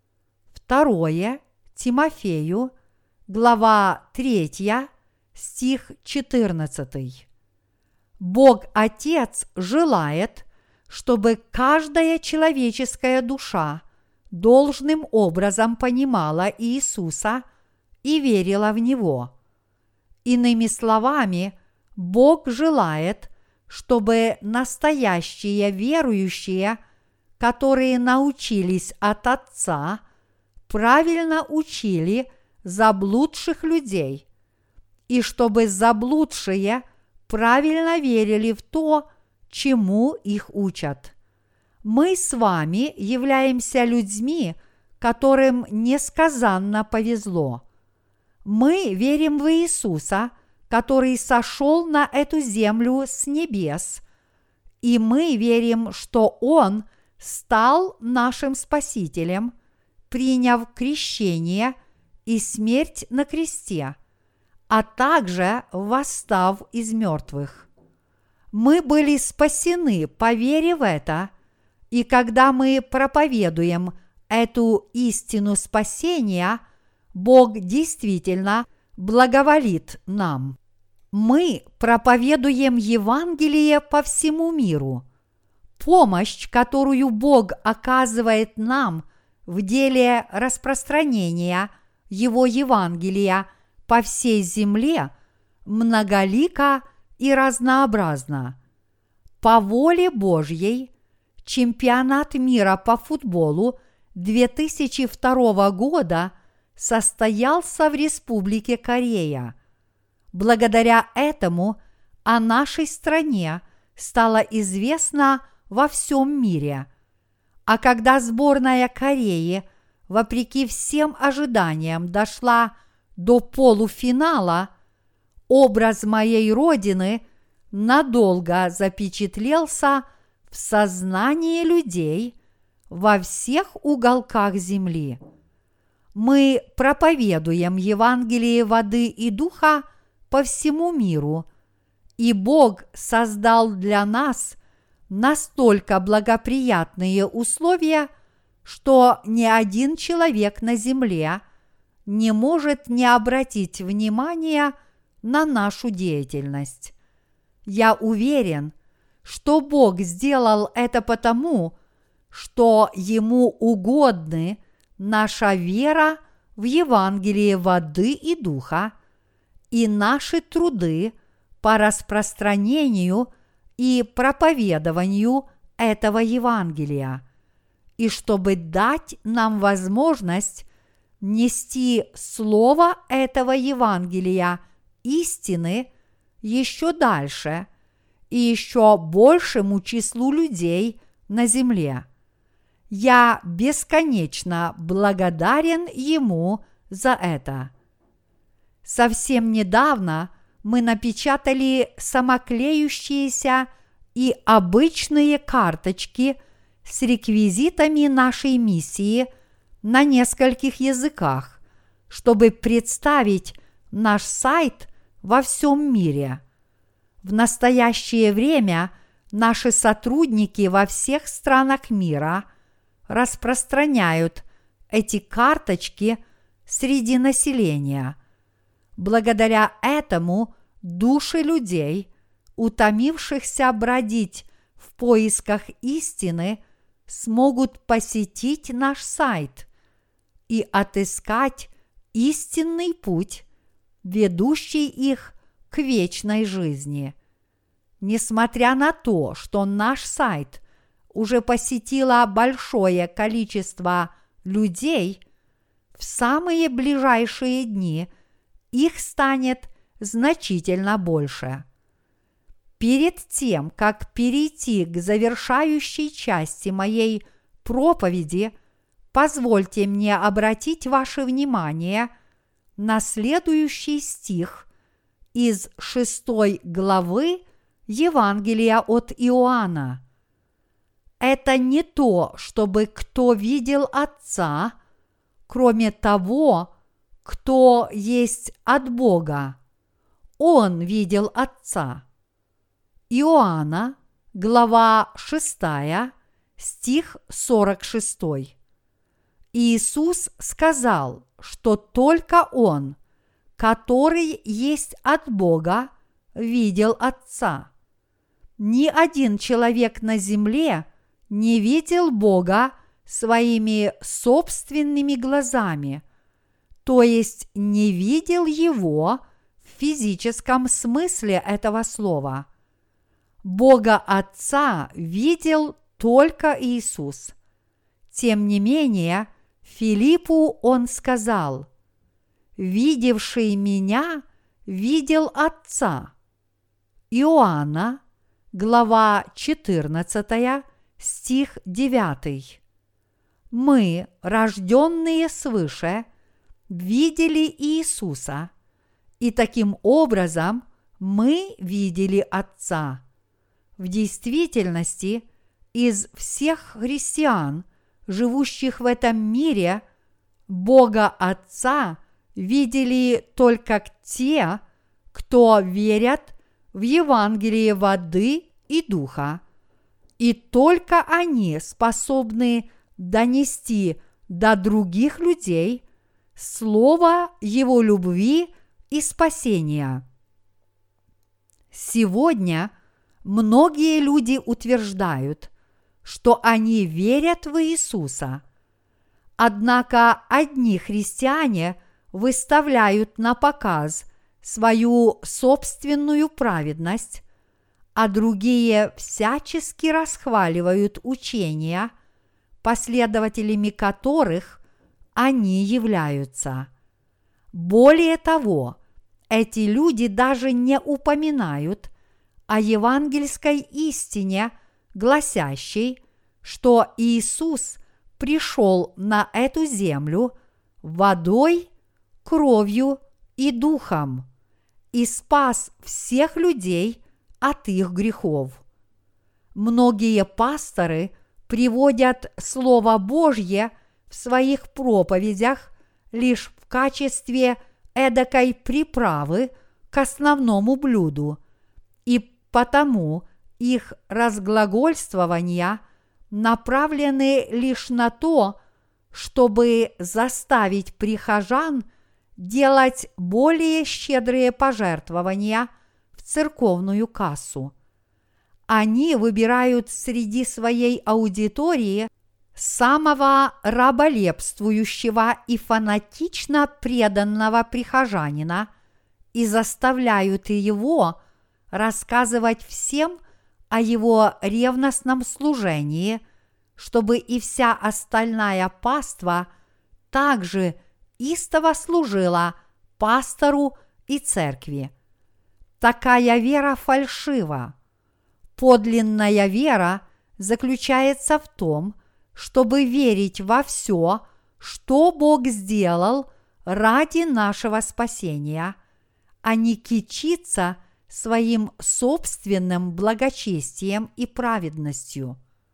Второе Тимофею, глава третья, стих четырнадцатый. Бог Отец желает, чтобы каждая человеческая душа должным образом понимала Иисуса и верила в Него. Иными словами, Бог желает, чтобы настоящие верующие, которые научились от Отца, правильно учили заблудших людей, и чтобы заблудшие правильно верили в то, чему их учат. Мы с вами являемся людьми, которым несказанно повезло. Мы верим в Иисуса, который сошел на эту землю с небес и мы верим, что Он стал нашим Спасителем, приняв крещение и смерть на кресте, а также восстав из мертвых. Мы были спасены по вере в это, и когда мы проповедуем эту истину спасения, Бог действительно благоволит нам. Мы проповедуем Евангелие по всему миру. Помощь, которую Бог оказывает нам в деле распространения Его Евангелия по всей земле, многолика и разнообразна. По воле Божьей чемпионат мира по футболу две тысячи второго года состоялся в Республике Корея. Благодаря этому о нашей стране стало известно во всем мире. А когда сборная Кореи, вопреки всем ожиданиям, дошла до полуфинала, образ моей родины надолго запечатлелся в сознании людей во всех уголках земли. Мы проповедуем Евангелие воды и духа по всему миру, и Бог создал для нас настолько благоприятные условия, что ни один человек на земле не может не обратить внимания на нашу деятельность. Я уверен, что Бог сделал это потому, что Ему угодны наша вера в Евангелие воды и духа и наши труды по распространению и проповедованию этого Евангелия, и чтобы дать нам возможность нести слово этого Евангелия истины еще дальше и еще большему числу людей на земле. Я бесконечно благодарен Ему за это. Совсем недавно мы напечатали самоклеющиеся и обычные карточки с реквизитами нашей миссии на нескольких языках, чтобы представить наш сайт во всем мире. В настоящее время наши сотрудники во всех странах мира распространяют эти карточки среди населения. Благодаря этому души людей, утомившихся бродить в поисках истины, смогут посетить наш сайт и отыскать истинный путь, ведущий их к вечной жизни. Несмотря на то, что наш сайт уже посетило большое количество людей, в самые ближайшие дни их станет значительно больше. Перед тем, как перейти к завершающей части моей проповеди, позвольте мне обратить ваше внимание на следующий стих из шестой главы Евангелия от Иоанна. Это не то, чтобы кто видел Отца, кроме того, кто есть от Бога. Он видел Отца. Иоанна, глава шестая, стих сорок шестой. Иисус сказал, что только Он, который есть от Бога, видел Отца. Ни один человек на земле не видел Бога своими собственными глазами, то есть не видел Его в физическом смысле этого слова. Бога Отца видел только Иисус. Тем не менее, Филиппу Он сказал: «Видевший Меня видел Отца». Иоанна, глава четырнадцатая, стих девятый. Мы, рожденные свыше, видели Иисуса, и таким образом мы видели Отца. В действительности, из всех христиан, живущих в этом мире, Бога Отца видели только те, кто верят в Евангелие воды и духа, и только они способны донести до других людей слово Его любви и спасения. Сегодня многие люди утверждают, что они верят в Иисуса. Однако одни христиане выставляют на показ свою собственную праведность, а другие всячески расхваливают учения, последователями которых они являются. Более того, эти люди даже не упоминают о евангельской истине, гласящей, что Иисус пришел на эту землю водой, кровью и духом и спас всех людей от их грехов. Многие пасторы приводят Слово Божье в своих проповедях лишь в качестве эдакой приправы к основному блюду, и потому их разглагольствования направлены лишь на то, чтобы заставить прихожан делать более щедрые пожертвования в церковную кассу. Они выбирают среди своей аудитории самого раболепствующего и фанатично преданного прихожанина и заставляют его рассказывать всем о его ревностном служении, чтобы и вся остальная паства также истово служила пастору и церкви. Такая вера фальшива. Подлинная вера заключается в том, чтобы верить во все, что Бог сделал ради нашего спасения, а не кичиться своим собственным благочестием и праведностью.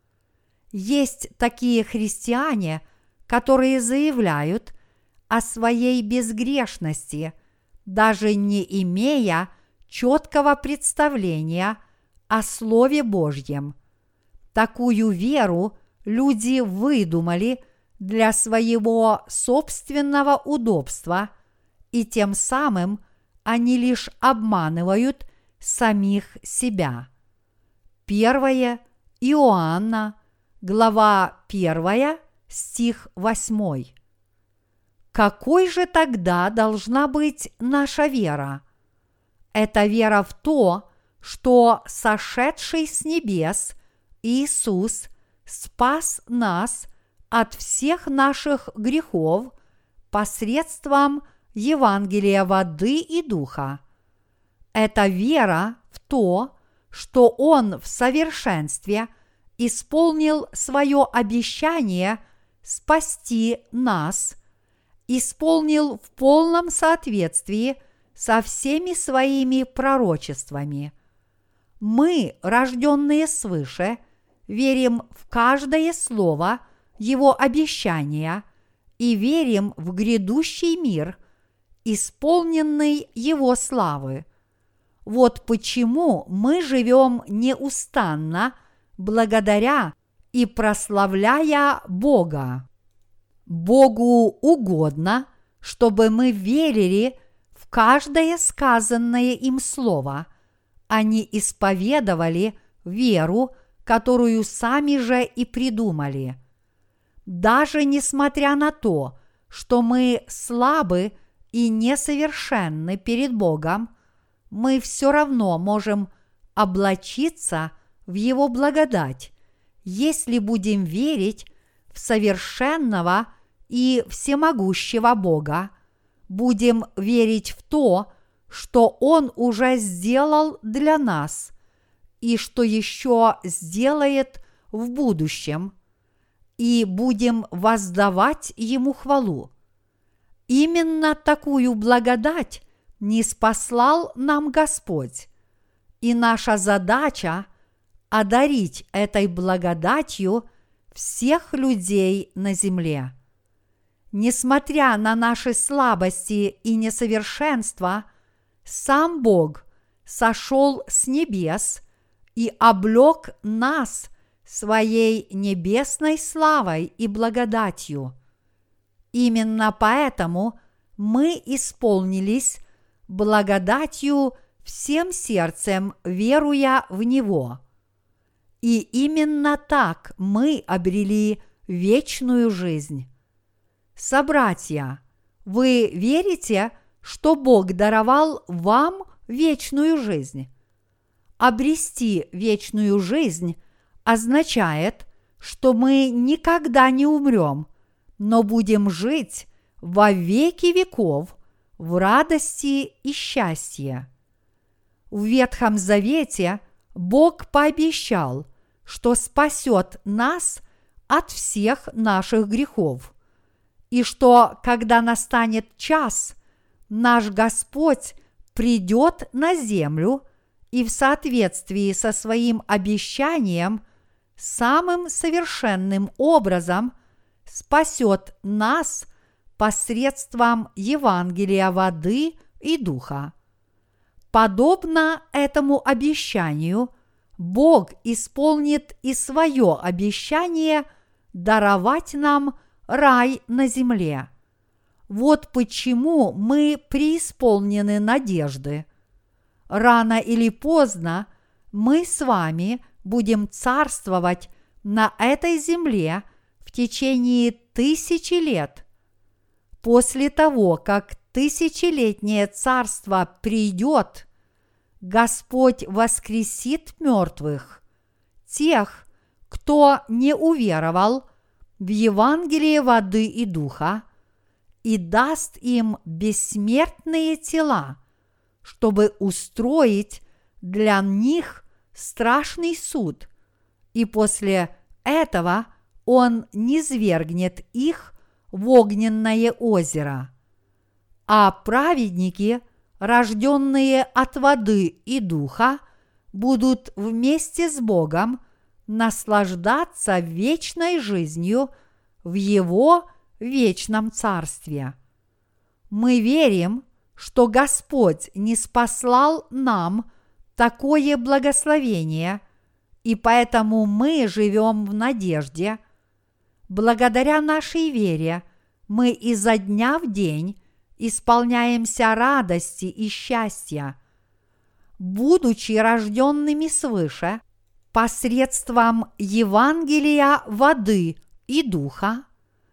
Есть такие христиане, которые заявляют о своей безгрешности, даже не имея четкого представления о Слове Божьем. Такую веру люди выдумали для своего собственного удобства, и тем самым они лишь обманывают самих себя. первое Иоанна, глава первая, стих восьмой. Какой же тогда должна быть наша вера? Это вера в то, что сошедший с небес Иисус спас нас от всех наших грехов посредством Евангелия воды и духа. Это вера в то, что Он в совершенстве исполнил свое обещание спасти нас, исполнил в полном соответствии со всеми своими пророчествами. Мы, рожденные свыше, верим в каждое слово Его обещания и верим в грядущий мир, исполненный Его славы. Вот почему мы живем неустанно благодаря и прославляя Бога. Богу угодно, чтобы мы верили в каждое сказанное им слово, а не исповедовали веру, которую сами же и придумали. Даже несмотря на то, что мы слабы и несовершенны перед Богом, мы все равно можем облачиться в Его благодать, если будем верить в совершенного и всемогущего Бога, будем верить в то, что Он уже сделал для нас и что еще сделает в будущем, и будем воздавать Ему хвалу. Именно такую благодать ниспослал нам Господь, и наша задача одарить этой благодатью всех людей на земле. Несмотря на наши слабости и несовершенства, сам Бог сошел с небес и облек нас своей небесной славой и благодатью. Именно поэтому мы исполнились благодатью всем сердцем, веруя в Него. И именно так мы обрели вечную жизнь. Собратья, вы верите, что Бог даровал вам вечную жизнь? Обрести вечную жизнь означает, что мы никогда не умрем, но будем жить во веки веков в радости и счастье. В Ветхом Завете Бог пообещал, что спасет нас от всех наших грехов, и что, когда настанет час, наш Господь придет на землю и в соответствии со своим обещанием самым совершенным образом спасет нас посредством Евангелия воды и духа. Подобно этому обещанию, Бог исполнит и свое обещание даровать нам рай на земле. Вот почему мы преисполнены надежды. Рано или поздно мы с вами будем царствовать на этой земле в течение тысячи лет. После того, как тысячелетнее царство придет, Господь воскресит мертвых, тех, кто не уверовал в Евангелие воды и духа, и даст им бессмертные тела, чтобы устроить для них страшный суд, и после этого Он низвергнет их в огненное озеро. А праведники, рожденные от воды и духа, будут вместе с Богом наслаждаться вечной жизнью в Его вечном царстве. Мы верим, что Господь ниспослал нам такое благословение, и поэтому мы живем в надежде. Благодаря нашей вере мы изо дня в день исполняемся радости и счастья. Будучи рожденными свыше, посредством Евангелия воды и духа,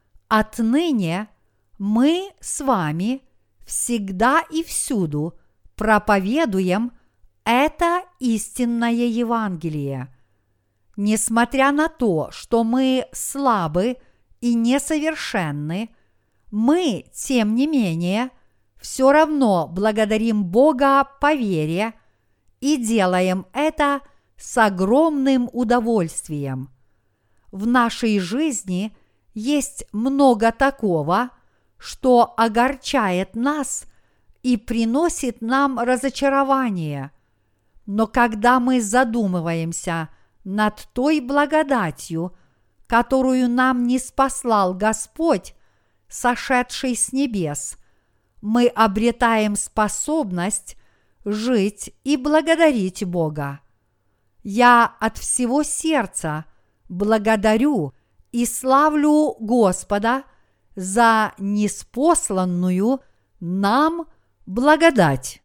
отныне мы с вами всегда и всюду проповедуем это истинное Евангелие. Несмотря на то, что мы слабы и несовершенны, мы, тем не менее, все равно благодарим Бога по вере и делаем это с огромным удовольствием. В нашей жизни есть много такого, что огорчает нас и приносит нам разочарование. Но когда мы задумываемся над той благодатью, которую нам ниспослал Господь, сошедший с небес, мы обретаем способность жить и благодарить Бога. Я от всего сердца благодарю и славлю Господа за ниспосланную нам благодать.